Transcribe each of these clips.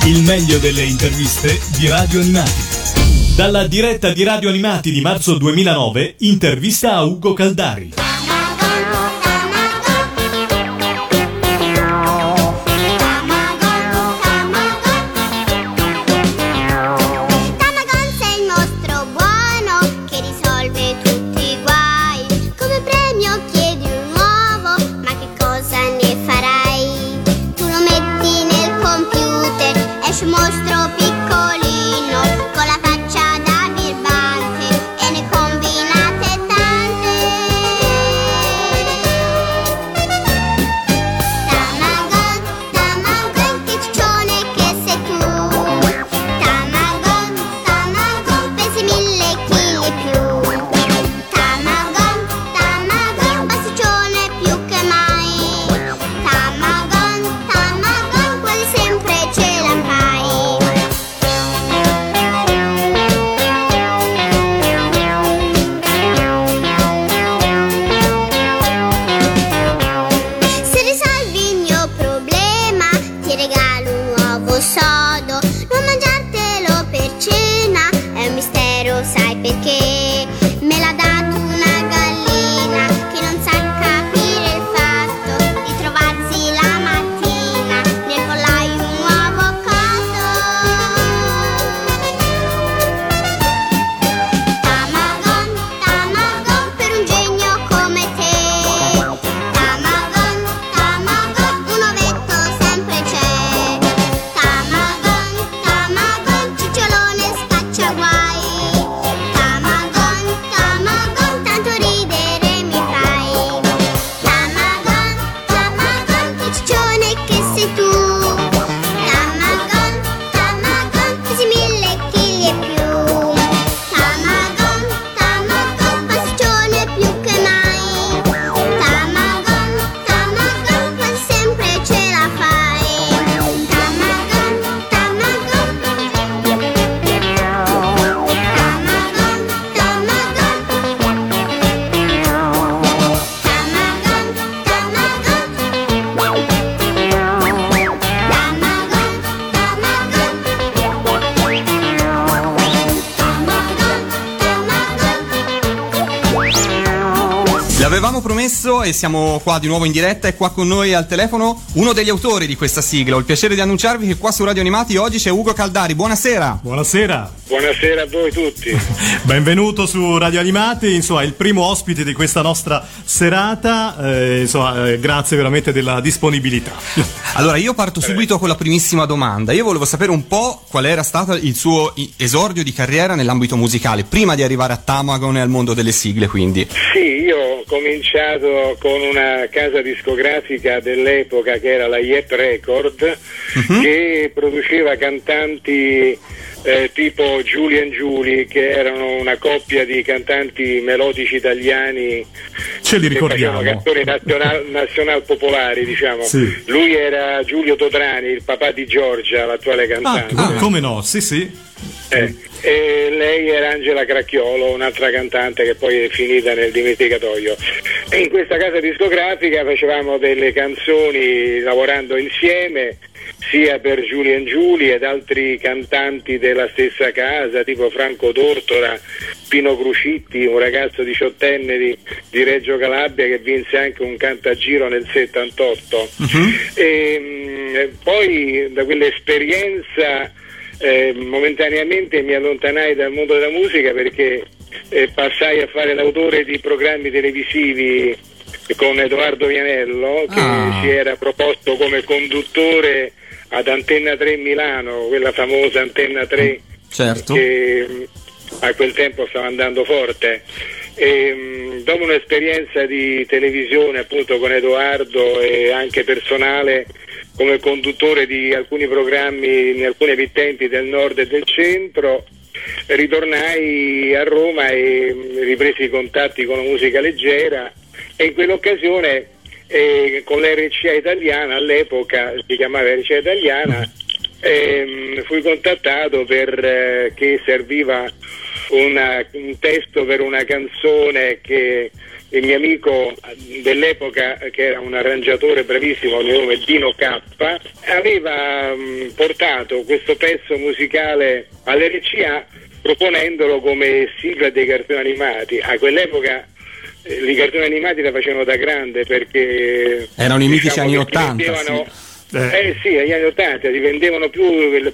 Il meglio delle interviste di Radio Animati. Dalla diretta di Radio Animati di marzo 2009, intervista a Ugo Caldari. L'avevamo promesso e siamo qua di nuovo in diretta, e qua con noi al telefono uno degli autori di questa sigla. Ho il piacere di annunciarvi che qua su Radio Animati oggi c'è Ugo Caldari. Buonasera. Buonasera. Buonasera a voi tutti. Benvenuto su Radio Animati, insomma, il primo ospite di questa nostra serata, grazie veramente della disponibilità. Allora, io parto subito con la primissima domanda. Io volevo sapere un po' qual era stato il suo esordio di carriera nell'ambito musicale, prima di arrivare a Tamagon e al mondo delle sigle, quindi. Sì, io ho cominciato con una casa discografica dell'epoca che era la Yet Record, che produceva cantanti tipo Giulia e Giuli, che erano una coppia di cantanti melodici italiani. Ce li ricordiamo. Che facevano cantori nazional popolari, diciamo. Sì. Lui era Giulio Todrani, il papà di Giorgia, l'attuale cantante. Come no, sì. E lei era Angela Cracchiolo, un'altra cantante che poi è finita nel dimenticatoio. E in questa casa discografica facevamo delle canzoni lavorando insieme, sia per Giulia e Giuli ed altri cantanti della stessa casa, tipo Franco Tortora, Pino Crucitti, un ragazzo diciottenne di Reggio Calabria che vinse anche un cantagiro nel 78. E poi da quell'esperienza momentaneamente mi allontanai dal mondo della musica, perché passai a fare l'autore di programmi televisivi con Edoardo Vianello, che si era proposto come conduttore ad Antenna 3 Milano, quella famosa Antenna 3, certo, che a quel tempo stava andando forte. E dopo un'esperienza di televisione appunto con Edoardo e anche personale come conduttore di alcuni programmi in alcune emittenti del nord e del centro, ritornai a Roma e ripresi i contatti con la musica leggera, e in quell'occasione con l'RCA italiana, all'epoca si chiamava RCA italiana, fui contattato perché serviva un testo per una canzone che il mio amico dell'epoca, che era un arrangiatore bravissimo di nome Dino K, aveva portato questo pezzo musicale all'RCA proponendolo come sigla dei cartoni animati. A quell'epoca i cartoni animati la facevano da grande, perché erano i mitici anni 80. Sì, agli anni 80 si vendevano più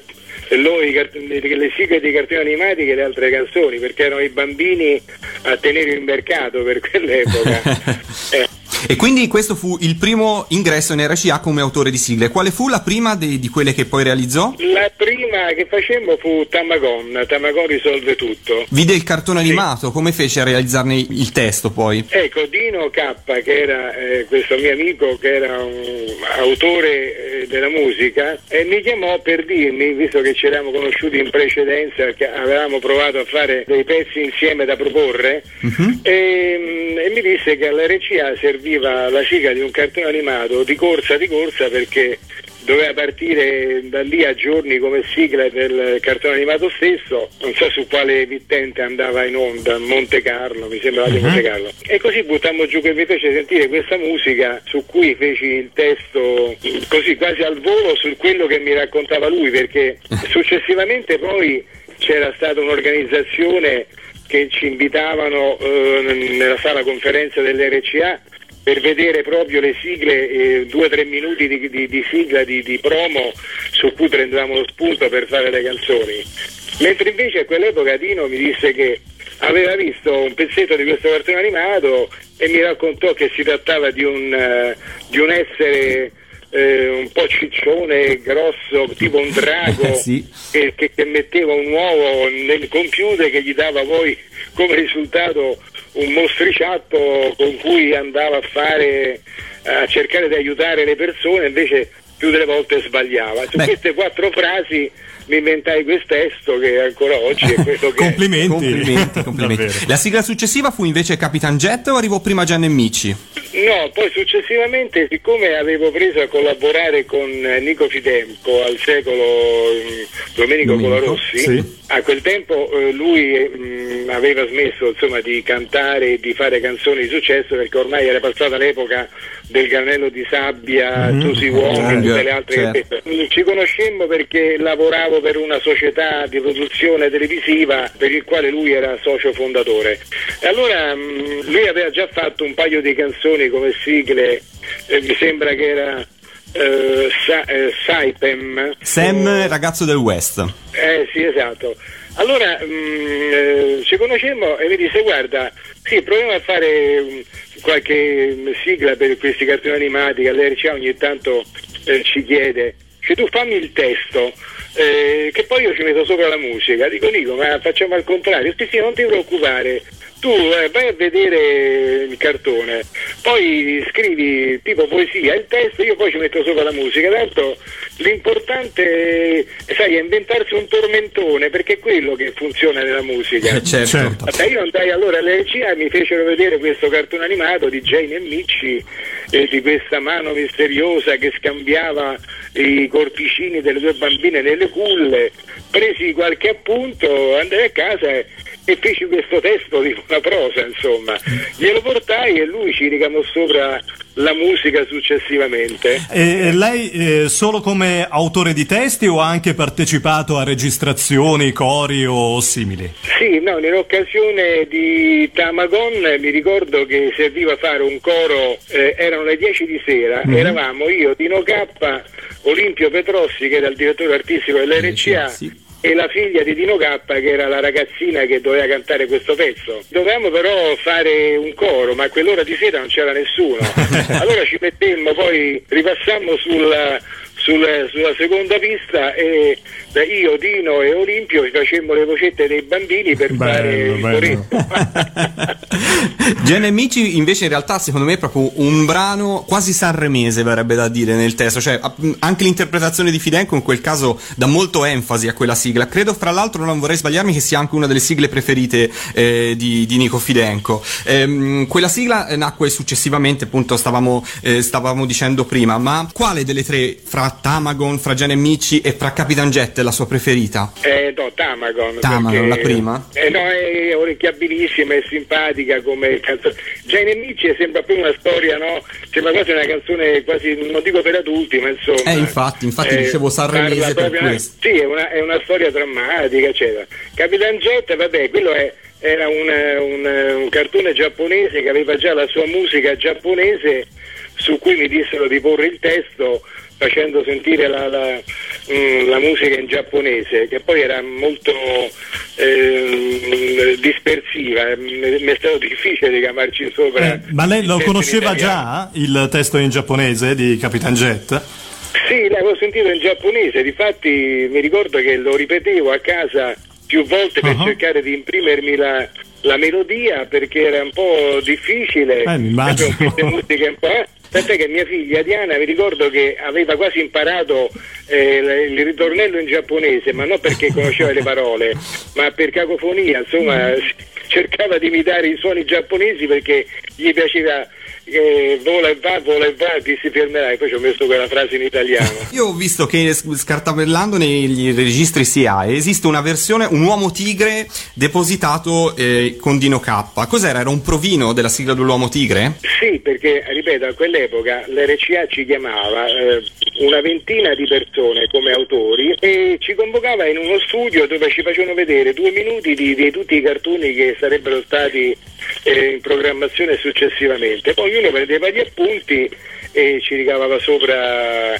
le sigle dei cartoni animati che le altre canzoni, perché erano i bambini a tenere il mercato per quell'epoca. E quindi questo fu il primo ingresso in RCA come autore di sigle. Quale fu la prima di quelle che poi realizzò? La prima che facemmo fu Tamagon risolve tutto. Vide il cartone animato, come fece a realizzarne il testo poi? Ecco, Dino K, che era questo mio amico, che era un autore della musica, mi chiamò per dirmi, visto che ci eravamo conosciuti in precedenza, che avevamo provato a fare dei pezzi insieme da proporre, e mi disse che all'RCA serviva la sigla di un cartone animato di corsa, perché doveva partire da lì a giorni come sigla del cartone animato stesso. Non so su quale emittente andava in onda, Monte Carlo, mi sembra di Monte Carlo. E così buttammo giù, che mi fece sentire questa musica, su cui feci il testo così quasi al volo su quello che mi raccontava lui, perché successivamente poi c'era stata un'organizzazione che ci invitavano nella sala conferenza dell'RCA per vedere proprio le sigle, 2 o 3 minuti di sigla di promo su cui prendevamo lo spunto per fare le canzoni. Mentre invece a quell'epoca Dino mi disse che aveva visto un pezzetto di questo cartone animato e mi raccontò che si trattava di un essere un po' ciccione, grosso, tipo un drago, sì, che metteva un uovo nel computer, che gli dava poi come risultato un mostriciattolo con cui andava a cercare di aiutare le persone, invece più delle volte sbagliava. Su queste 4 frasi mi inventai questo testo che ancora oggi è quello che complimenti. La sigla successiva fu invece Capitan Jet, o arrivò prima Gian e Micci? No, poi successivamente, siccome avevo preso a collaborare con Nico Fidenco al secolo, Domenico Colarossi, sì, a quel tempo lui aveva smesso insomma di cantare e di fare canzoni di successo, perché ormai era passata l'epoca del Granello di Sabbia, Tusi Uomini e tutte le altre. Certo. Ci conoscemmo perché lavoravo per una società di produzione televisiva per il quale lui era socio fondatore. E allora lui aveva già fatto un paio di canzoni come sigle, mi sembra che era Saipem, Sam, ragazzo del West. Sì, esatto. Allora ci conoscemmo e mi disse: guarda, sì, proviamo a fare qualche sigla per questi cartoni animati che all'RCA ogni tanto ci chiede. Cioè, tu fammi il testo, che poi io ci metto sopra la musica. Dico: Nico, ma facciamo al contrario. Sì, non ti preoccupare, tu vai a vedere il cartone, poi scrivi tipo poesia il testo, io poi ci metto sopra la musica. Tanto l'importante è inventarsi un tormentone, perché è quello che funziona nella musica. Certo. Io andai allora all'RCA e mi fecero vedere questo cartone animato di Jane e Micci, di questa mano misteriosa che scambiava i corpicini delle 2 bambine nelle culle. Presi qualche appunto, andai a casa e feci questo testo di una prosa, insomma. Glielo portai e lui ci ricamò sopra la musica successivamente. Lei solo come autore di testi o ha anche partecipato a registrazioni, cori o simili? Sì, no, nell'occasione di Tamagon mi ricordo che serviva fare un coro, erano le 10 di sera, eravamo io, Dino K, Olimpio Petrossi, che era il direttore artistico dell'RCA, sì, e la figlia di Dino K, che era la ragazzina che doveva cantare questo pezzo. Dovevamo però fare un coro, ma a quell'ora di sera non c'era nessuno. Allora ci mettemmo, poi ripassammo sulla seconda pista e io, Dino e Olimpio facemmo le vocette dei bambini per fare il coretto. Gian e Micci invece in realtà secondo me è proprio un brano quasi sanremese, verrebbe da dire, nel testo, cioè anche l'interpretazione di Fidenco in quel caso dà molto enfasi a quella sigla. Credo, fra l'altro, non vorrei sbagliarmi, che sia anche una delle sigle preferite di Nico Fidenco. Quella sigla nacque successivamente, appunto stavamo dicendo prima, ma quale delle 3 frasi fra Tamagon, fra Gian e Mici e fra Capitan Jet, la sua preferita? No, Tamagon. Tamagon, la prima? No, è orecchiabilissima, è simpatica come canzone. Gian e Mici sembra più una storia, no? Sembra quasi una canzone quasi, non dico per adulti, ma insomma. Infatti dicevo sanremese per questo. Sì, è una storia drammatica, eccetera. Capitan Jet, vabbè, quello era un cartone giapponese che aveva già la sua musica giapponese, su cui mi dissero di porre il testo facendo sentire la musica in giapponese, che poi era molto dispersiva, mi è stato difficile di chiamarci sopra. Ma lei lo conosceva già il testo in giapponese di Capitan Jet? Sì, l'avevo sentito in giapponese, difatti mi ricordo che lo ripetevo a casa più volte per cercare di imprimermi la melodia, perché era un po' difficile. Mi immagino. Queste musiche un po'. Tant'è che mia figlia Diana, mi ricordo che aveva quasi imparato il ritornello in giapponese, ma non perché conosceva le parole, ma per cacofonia, insomma, cercava di imitare i suoni giapponesi perché gli piaceva vola e va, ti si fermerai. Poi ci ho messo quella frase in italiano. Io ho visto che, scartabellando negli registri SIAE, esiste una versione, un uomo tigre depositato con Dino K. Cos'era? Era un provino della sigla dell'uomo tigre? Sì, perché ripeto, a quell'epoca l'RCA ci chiamava una ventina di persone come autori e ci convocava in uno studio dove ci facevano vedere 2 minuti di tutti i cartoni che sarebbero stati in programmazione successivamente. Poi ognuno prendeva gli appunti e ci ricavava sopra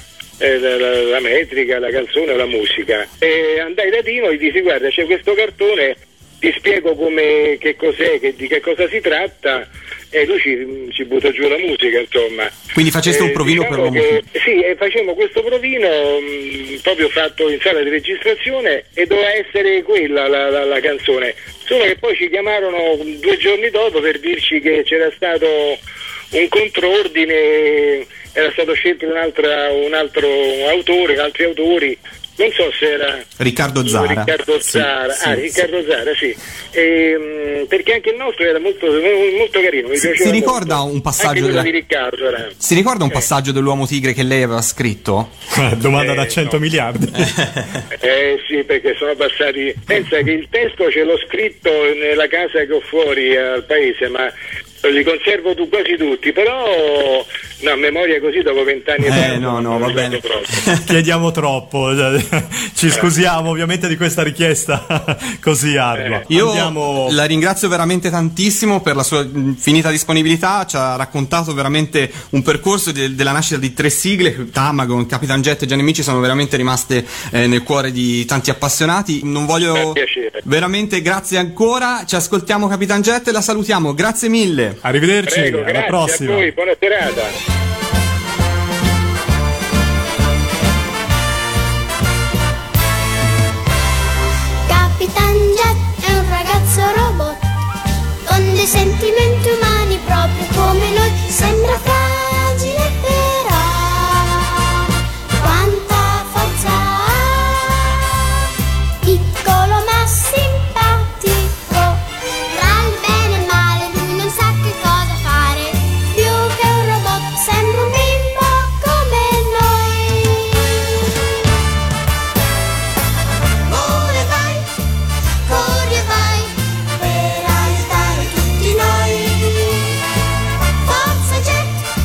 la metrica, la canzone o la musica. E andai da Dino e gli dissi: guarda, c'è questo cartone, ti spiego che cos'è, di che cosa si tratta, e lui ci buttò giù la musica, insomma. Quindi faceste un provino, diciamo, per l'uomo tigre? Sì, facemmo questo provino proprio fatto in sala di registrazione e doveva essere quella la canzone, solo che poi ci chiamarono 2 giorni dopo per dirci che c'era stato un contrordine, era stato scelto un altro autore, altri autori. Non so se era Riccardo Zara. Riccardo Zara, sì. Perché anche il nostro era molto, molto carino. Mi si ricorda molto. Un passaggio di Riccardo era. Si ricorda un passaggio dell'uomo tigre che lei aveva scritto? Domanda da 100 miliardi. Sì, perché sono passati. Pensa che il testo ce l'ho scritto nella casa che ho fuori al paese, ma li conservo quasi tutti, però a memoria così dopo 20 anni no, va bene. Chiediamo troppo, ci scusiamo ovviamente di questa richiesta così ardua. Io la ringrazio veramente tantissimo per la sua infinita disponibilità, ci ha raccontato veramente un percorso della nascita di 3 sigle, Tamagon, Capitan Jet e Gian e Mici sono veramente rimaste nel cuore di tanti appassionati. Non voglio veramente, grazie ancora, ci ascoltiamo Capitan Jet e la salutiamo, grazie mille. Arrivederci, prego, alla prossima. A voi, buona serata. Capitan Jet è un ragazzo robot con dei sentimenti umani proprio come noi. Sembra fragile però quanta forza ha, piccolo ma simpatico, tra il bene e il male lui non sa che cosa fare, più che un robot sembra un bimbo come noi. Vola e vai, corri e vai, per aiutare tutti noi. Forza Jet,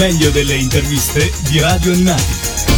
meglio delle interviste di Radio Animati.